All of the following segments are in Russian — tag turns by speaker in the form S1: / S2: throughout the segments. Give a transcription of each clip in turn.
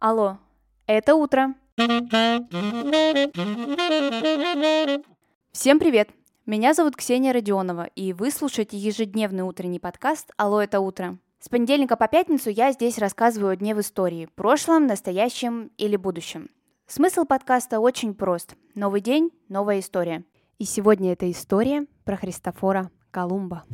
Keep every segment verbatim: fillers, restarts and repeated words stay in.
S1: Алло, это утро. Всем привет! Меня зовут Ксения Родионова, и вы слушаете ежедневный утренний подкаст «Алло, это утро». С понедельника по пятницу я здесь рассказываю о дне в истории, прошлом, настоящем или будущем. Смысл подкаста очень прост. Новый день, новая история. И сегодня эта история про Христофора Колумба.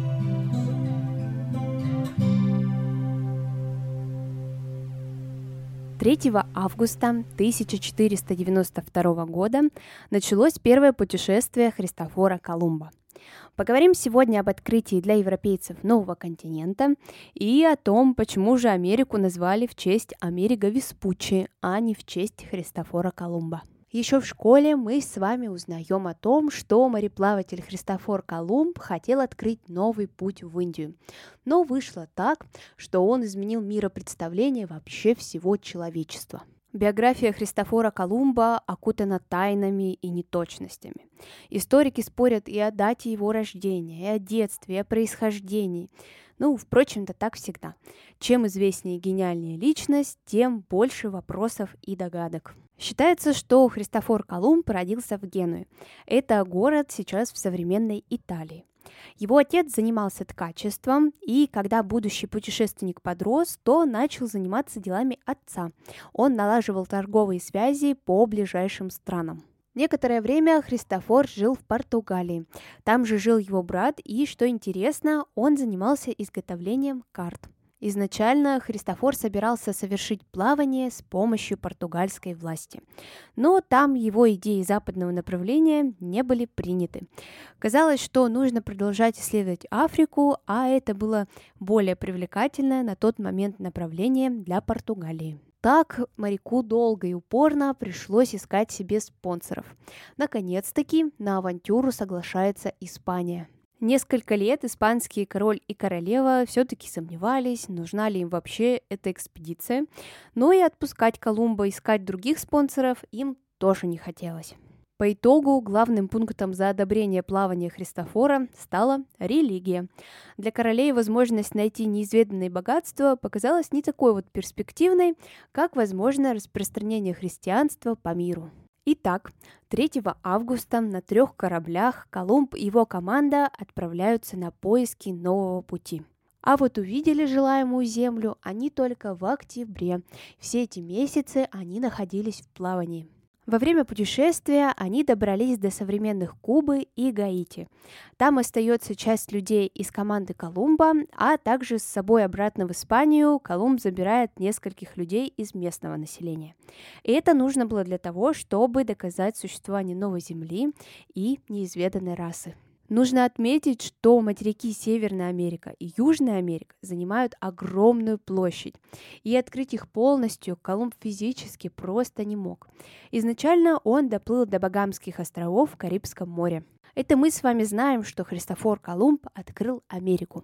S1: третьего августа тысяча четыреста девяносто второго года началось первое путешествие Христофора Колумба. Поговорим сегодня об открытии для европейцев нового континента и о том, почему же Америку назвали в честь Америго Веспуччи, а не в честь Христофора Колумба. Еще в школе мы с вами узнаем о том, что мореплаватель Христофор Колумб хотел открыть новый путь в Индию. Но вышло так, что он изменил миропредставление вообще всего человечества. Биография Христофора Колумба окутана тайнами и неточностями. Историки спорят и о дате его рождения, и о детстве, и о происхождении. Ну, впрочем-то, так всегда. Чем известнее и гениальнее личность, тем больше вопросов и догадок. Считается, что Христофор Колумб родился в Генуе. Это город сейчас в современной Италии. Его отец занимался ткачеством, и когда будущий путешественник подрос, то начал заниматься делами отца. Он налаживал торговые связи по ближайшим странам. Некоторое время Христофор жил в Португалии. Там же жил его брат, и, что интересно, он занимался изготовлением карт. Изначально Христофор собирался совершить плавание с помощью португальской власти, но там его идеи западного направления не были приняты. Казалось, что нужно продолжать исследовать Африку, а это было более привлекательное на тот момент направление для Португалии. Так моряку долго и упорно пришлось искать себе спонсоров. Наконец-таки на авантюру соглашается Испания. Несколько лет испанские король и королева все-таки сомневались, нужна ли им вообще эта экспедиция, но и отпускать Колумба искать других спонсоров им тоже не хотелось. По итогу главным пунктом за одобрение плавания Христофора стала религия. Для королей возможность найти неизведанные богатства показалась не такой вот перспективной, как возможно распространение христианства по миру. Итак, третьего августа на трех кораблях Колумб и его команда отправляются на поиски нового пути. А вот увидели желаемую землю они только в октябре. Все эти месяцы они находились в плавании. Во время путешествия они добрались до современных Кубы и Гаити. Там остается часть людей из команды Колумба, а также с собой обратно в Испанию Колумб забирает нескольких людей из местного населения. И это нужно было для того, чтобы доказать существование новой земли и неизведанной расы. Нужно отметить, что материки Северная Америка и Южная Америка занимают огромную площадь, и открыть их полностью Колумб физически просто не мог. Изначально он доплыл до Багамских островов в Карибском море. Это мы с вами знаем, что Христофор Колумб открыл Америку.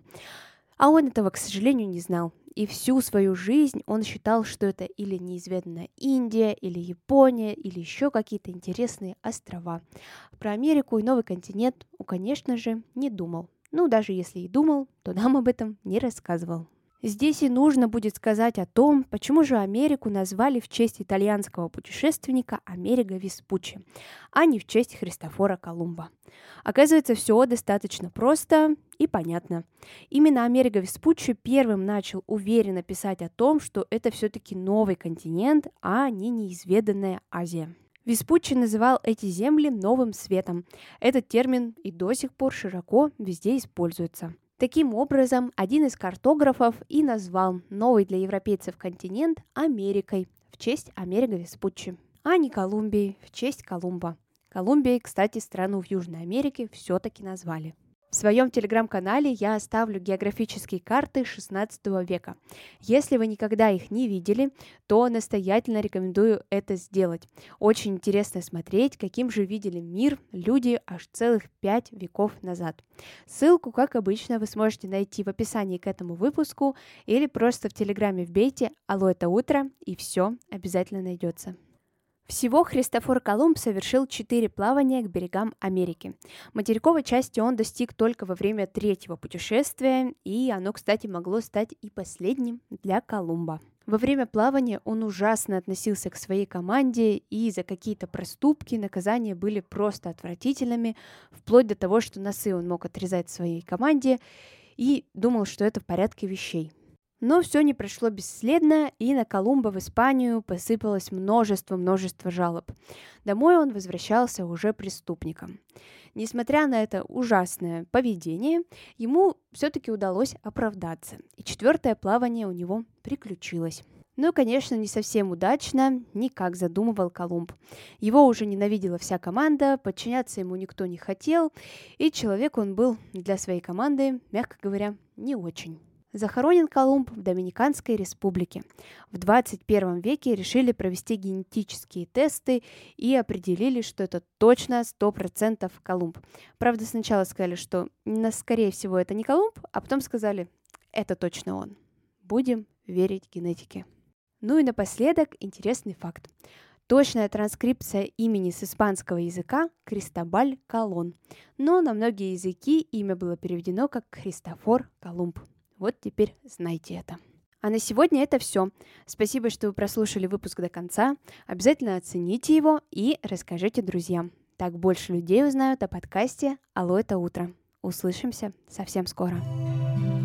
S1: А он этого, к сожалению, не знал. И всю свою жизнь он считал, что это или неизведанная Индия, или Япония, или еще какие-то интересные острова. Про Америку и новый континент он, конечно же, не думал. Ну, даже если и думал, то нам об этом не рассказывал. Здесь и нужно будет сказать о том, почему же Америку назвали в честь итальянского путешественника Америго Веспуччи, а не в честь Христофора Колумба. Оказывается, все достаточно просто и понятно. Именно Америго Веспуччи первым начал уверенно писать о том, что это все-таки новый континент, а не неизведанная Азия. Веспуччи называл эти земли новым светом. Этот термин и до сих пор широко везде используется. Таким образом, один из картографов и назвал новый для европейцев континент Америкой в честь Америго Веспуччи, а не Колумбией в честь Колумба. Колумбией, кстати, страну в Южной Америке все-таки назвали. В своем телеграм-канале я оставлю географические карты шестнадцатого века. Если вы никогда их не видели, то настоятельно рекомендую это сделать. Очень интересно смотреть, каким же видели мир люди аж целых пять веков назад. Ссылку, как обычно, вы сможете найти в описании к этому выпуску или просто в телеграме вбейте «Алло, это утро» и все обязательно найдется. Всего Христофор Колумб совершил четыре плавания к берегам Америки. Материковой части он достиг только во время третьего путешествия, и оно, кстати, могло стать и последним для Колумба. Во время плавания он ужасно относился к своей команде, и за какие-то проступки наказания были просто отвратительными, вплоть до того, что носы он мог отрезать своей команде и думал, что это в порядке вещей. Но все не прошло бесследно, и на Колумба в Испанию посыпалось множество-множество жалоб. Домой он возвращался уже преступником. Несмотря на это ужасное поведение, ему все-таки удалось оправдаться, и четвертое плавание у него приключилось. Но, конечно, не совсем удачно, не как задумывал Колумб. Его уже ненавидела вся команда, подчиняться ему никто не хотел, и человек он был для своей команды, мягко говоря, не очень. Захоронен Колумб в Доминиканской республике. В двадцать первом веке решили провести генетические тесты и определили, что это точно сто процентов Колумб. Правда, сначала сказали, что, скорее всего, это не Колумб, а потом сказали, это точно он. Будем верить генетике. Ну и напоследок интересный факт. Точная транскрипция имени с испанского языка – Кристобаль Колон. Но на многие языки имя было переведено как Христофор Колумб. Вот теперь знайте это. А на сегодня это все. Спасибо, что вы прослушали выпуск до конца. Обязательно оцените его и расскажите друзьям. Так больше людей узнают о подкасте «Алло, это утро». Услышимся совсем скоро.